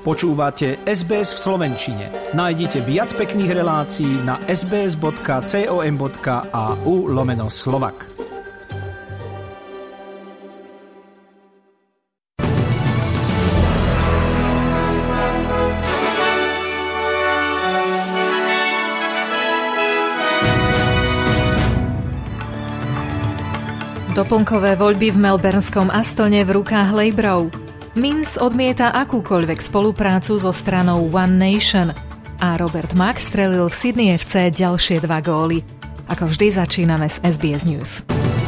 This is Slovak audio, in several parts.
Počúvate SBS v slovenčine. Nájdite viac pekných relácií na sbs.com.au/Slovak. Doplnkové voľby v melbournskom Astone v rukách Labourov. Minns odmieta akúkoľvek spoluprácu so stranou One Nation a Robert Mack strelil v Sydney FC ďalšie 2 góly. Ako vždy začíname s SBS News.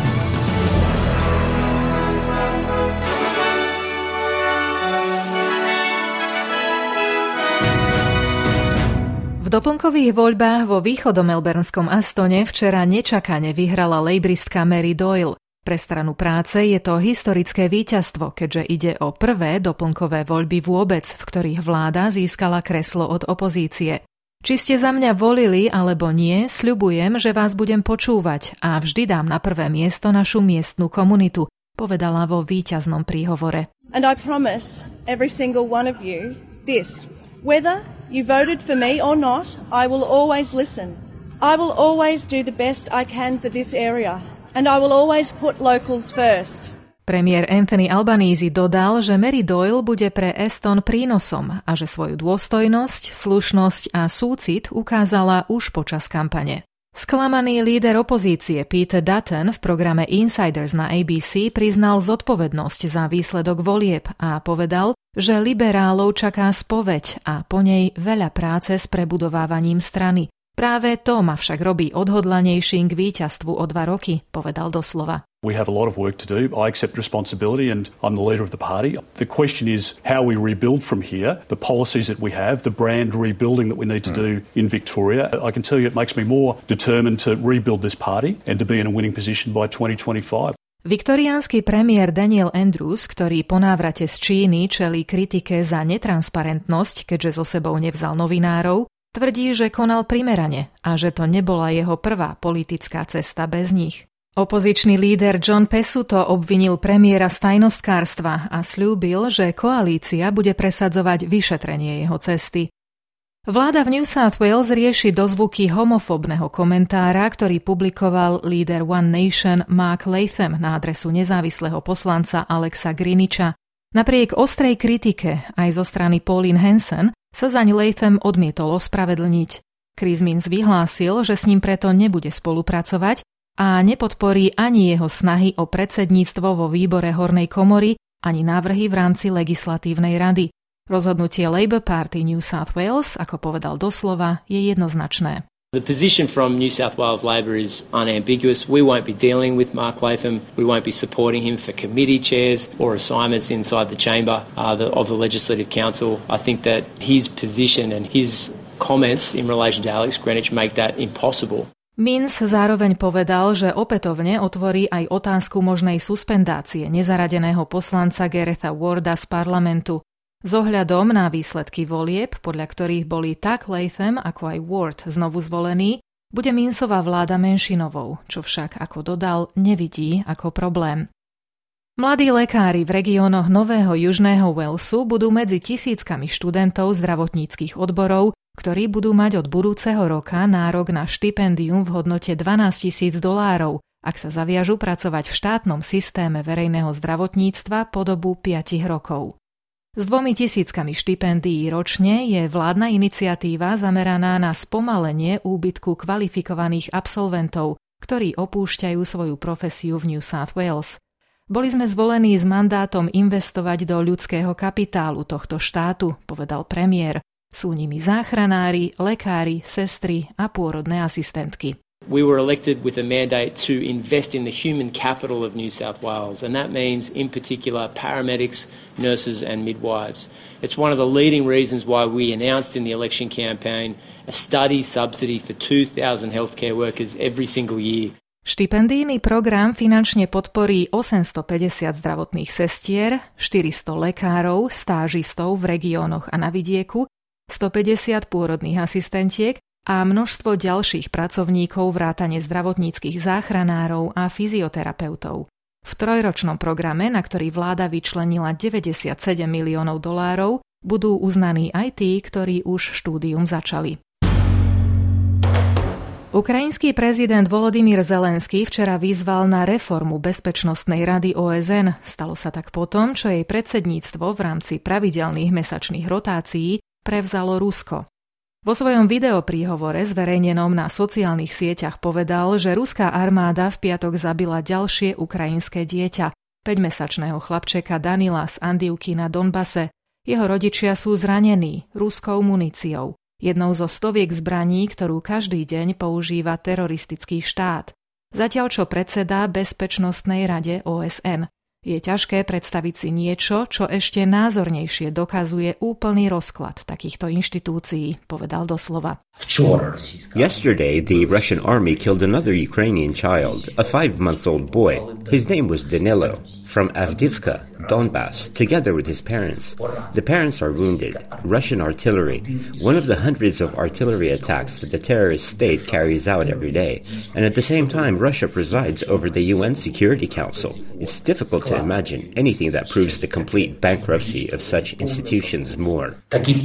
V doplnkových voľbách vo východomelbournskom Astone včera nečakane vyhrala lejbristka Mary Doyle. Pre stranu práce je to historické víťazstvo, keďže ide o prvé doplnkové voľby vôbec, v ktorých vláda získala kreslo od opozície. Či ste za mňa volili alebo nie, sľubujem, že vás budem počúvať a vždy dám na prvé miesto našu miestnu komunitu, povedala vo víťaznom príhovore. And I promise every single one of you this. Whether you voted for me or not, I will always listen. I will always do the best I can for this area. And I will always put locals first. Premiér Anthony Albanese dodal, že Mary Doyle bude pre Aston prínosom a že svoju dôstojnosť, slušnosť a súcit ukázala už počas kampane. Sklamaný líder opozície Peter Dutton v programe Insiders na ABC priznal zodpovednosť za výsledok volieb a povedal, že liberálov čaká spoveď a po nej veľa práce s prebudovávaním strany. Práve to ma však robí odhodlanejším k víťazstvu o 2 roky, povedal doslova. We have a lot of work to do. I accept responsibility and I'm the leader of the party. The question is how we rebuild from here, the policies that we have, the brand rebuilding that we need to do in Victoria. I can tell you it makes me more determined to rebuild this party and to be in a winning position by 2025. Viktoriánsky premiér Daniel Andrews, ktorý po návrate z Číny čelí kritike za netransparentnosť, keďže so sebou nevzal novinárov, tvrdí, že konal primerane a že to nebola jeho prvá politická cesta bez nich. Opozičný líder John Pesutto obvinil premiéra z tajnostkárstva a sľúbil, že koalícia bude presadzovať vyšetrenie jeho cesty. Vláda v New South Wales rieši dozvuky homofóbneho komentára, ktorý publikoval líder One Nation Mark Latham na adresu nezávislého poslanca Alexa Greenwicha. Napriek ostrej kritike aj zo strany Pauline Hanson sa zaň Latham odmietol ospravedlniť. Chris Minns vyhlásil, že s ním preto nebude spolupracovať a nepodporí ani jeho snahy o predsedníctvo vo výbore hornej komory, ani návrhy v rámci legislatívnej rady. Rozhodnutie Labour Party New South Wales, ako povedal doslova, je jednoznačné. The position from New South Wales Labor is unambiguous. We won't be dealing with Mark Latham. We won't be supporting him for committee chairs or assignments inside the chamber of the Legislative Council. I think that his position and his comments in relation to Alex Greenwich make that impossible. Minns zároveň povedal, že opätovne otvorí aj otázku možnej suspendácie nezaradeného poslanca Garetha Warda z parlamentu. S ohľadom na výsledky volieb, podľa ktorých boli tak Latham ako aj Ward znovu zvolení, bude Minnsova vláda menšinovou, čo však, ako dodal, nevidí ako problém. Mladí lekári v regiónoch Nového Južného Walesu budú medzi tisíckami študentov zdravotníckych odborov, ktorí budú mať od budúceho roka nárok na štipendium v hodnote $12,000, ak sa zaviažu pracovať v štátnom systéme verejného zdravotníctva po dobu 5 rokov. S 2,000 štipendií ročne je vládna iniciatíva zameraná na spomalenie úbytku kvalifikovaných absolventov, ktorí opúšťajú svoju profesiu v New South Wales. Boli sme zvolení s mandátom investovať do ľudského kapitálu tohto štátu, povedal premiér. Sú nimi záchranári, lekári, sestry a pôrodné asistentky. We were elected with a mandate to invest in the human capital of New South Wales, and that means, in particular, paramedics, nurses and midwives. It's one of the leading reasons why we announced in the election campaign a study subsidy for 2,000 healthcare workers every single year. Štipendijný program finančne podporí 850 zdravotných sestier, 400 lekárov, stážistov v regiónoch a na vidieku, 150 pôrodných asistentiek a množstvo ďalších pracovníkov vrátane zdravotníckych záchranárov a fyzioterapeutov. V trojročnom programe, na ktorý vláda vyčlenila $97 miliónov, Budú uznaní aj tí, ktorí už štúdium začali. Ukrajinský prezident Volodymyr Zelenský včera vyzval na reformu Bezpečnostnej rady OSN. Stalo sa tak potom, čo jej predsedníctvo v rámci pravidelných mesačných rotácií prevzalo Rusko. Vo svojom videopríhovore zverejnenom na sociálnych sieťach povedal, že ruská armáda v piatok zabila ďalšie ukrajinské dieťa, 5-mesačného chlapčeka Danila z Andiuky na Donbase. Jeho rodičia sú zranení ruskou muníciou. Jednou zo stoviek zbraní, ktorú každý deň používa teroristický štát. Zatiaľ čo predsedá Bezpečnostnej rade OSN. Je ťažké predstaviť si niečo, čo ešte názornejšie dokazuje úplný rozklad takýchto inštitúcií, povedal doslova. Yesterday, the Russian army killed another Ukrainian child, a 5-month-old boy. His name was Danilo, from Avdiivka, Donbass, together with his parents. The parents are wounded. Russian artillery, one of the hundreds of artillery attacks that the terrorist state carries out every day. And at the same time, Russia presides over the UN Security Council. It's difficult to imagine anything that proves the complete bankruptcy of such institutions more.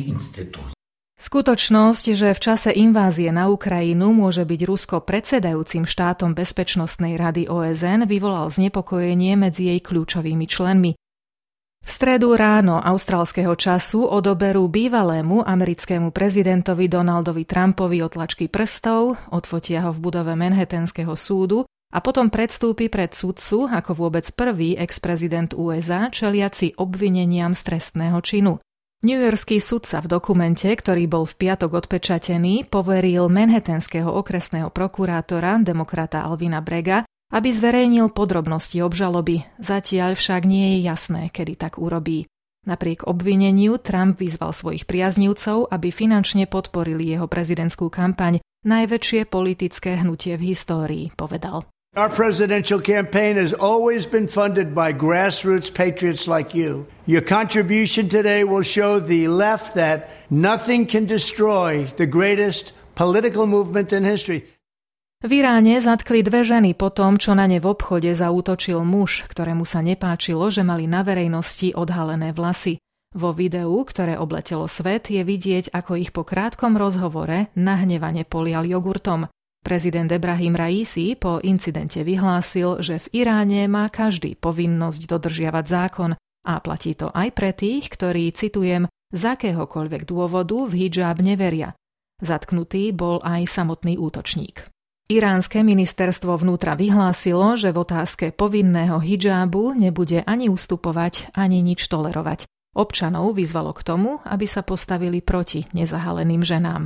Skutočnosť, že v čase invázie na Ukrajinu môže byť Rusko predsedajúcim štátom Bezpečnostnej rady OSN, vyvolal znepokojenie medzi jej kľúčovými členmi. V stredu ráno austrálskeho času odoberú bývalému americkému prezidentovi Donaldovi Trumpovi otlačky prstov, odfotia ho v budove Manhattanského súdu a potom predstúpi pred sudcu ako vôbec prvý ex-prezident USA čeliaci obvineniam z trestného činu. Newyorský sudca v dokumente, ktorý bol v piatok odpečatený, poveril manhattanského okresného prokurátora, demokrata Alvina Bragga, aby zverejnil podrobnosti obžaloby. Zatiaľ však nie je jasné, kedy tak urobí. Napriek obvineniu Trump vyzval svojich priaznivcov, aby finančne podporili jeho prezidentskú kampaň, najväčšie politické hnutie v histórii, povedal. Our presidential campaign has always been funded by grassroots patriots like you. Your contribution today will show the left that nothing can destroy the greatest political movement in history. V Iráne zatkli 2 ženy po tom, čo na ne v obchode zaútočil muž, ktorému sa nepáčilo, že mali na verejnosti odhalené vlasy. Vo videu, ktoré obletelo svet, je vidieť, ako ich po krátkom rozhovore nahnevane polial jogurtom. Prezident Ebrahim Raisi po incidente vyhlásil, že v Iráne má každý povinnosť dodržiavať zákon a platí to aj pre tých, ktorí, citujem, z akéhokoľvek dôvodu v hidžáb neveria. Zatknutý bol aj samotný útočník. Iránske ministerstvo vnútra vyhlásilo, že v otázke povinného hidžábu nebude ani ustupovať, ani nič tolerovať. Občanov vyzvalo k tomu, aby sa postavili proti nezahaleným ženám.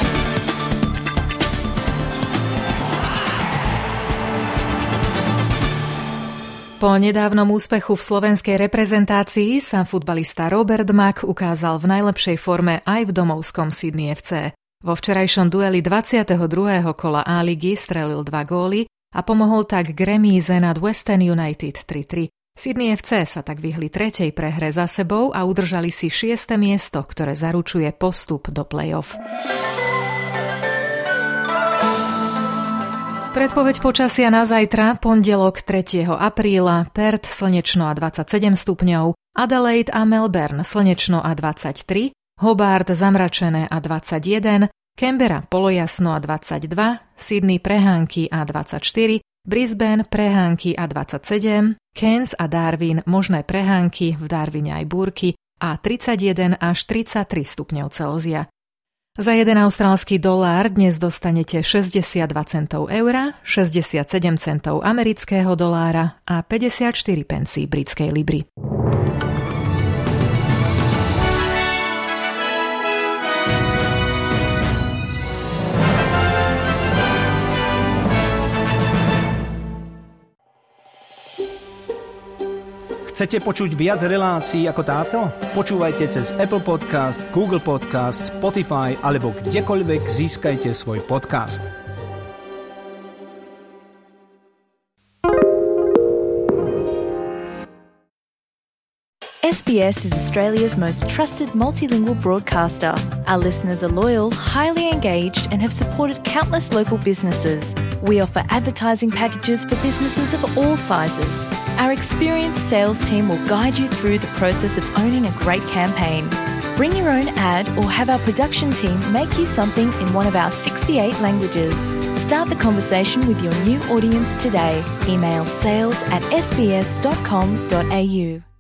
Po nedávnom úspechu v slovenskej reprezentácii sa futbalista Robert Mak ukázal v najlepšej forme aj v domovskom Sydney FC. Vo včerajšom dueli 22. kola A-ligy strelil 2 góly a pomohol tak k remíze nad Western United 3-3. Sydney FC sa tak vyhli 3. prehre za sebou a udržali si 6. miesto, ktoré zaručuje postup do play-off. Predpoveď počasia na zajtra, pondelok 3. apríla, Perth slnečno a 27 stupňov, Adelaide a Melbourne slnečno a 23, Hobart zamračené a 21, Canberra polojasno a 22, Sydney prehánky a 24, Brisbane prehánky a 27, Cairns a Darwin možné prehánky, v Darwine aj búrky a 31 až 33 stupňov Celzia. Za 1 austrálsky dolár dnes dostanete 62 centov eura, 67 centov amerického dolára a 54 pencí britskej libry. Chcete počuť viac relácií ako táto? Počúvajte cez Apple Podcast, Google Podcast, Spotify alebo kdekoľvek získajte svoj podcast. SBS is Australia's most trusted multilingual broadcaster. Our listeners are loyal, highly engaged and have supported countless local businesses. We offer advertising packages for businesses of all sizes. Our experienced sales team will guide you through the process of owning a great campaign. Bring your own ad or have our production team make you something in one of our 68 languages. Start the conversation with your new audience today. Email sales@sbs.com.au.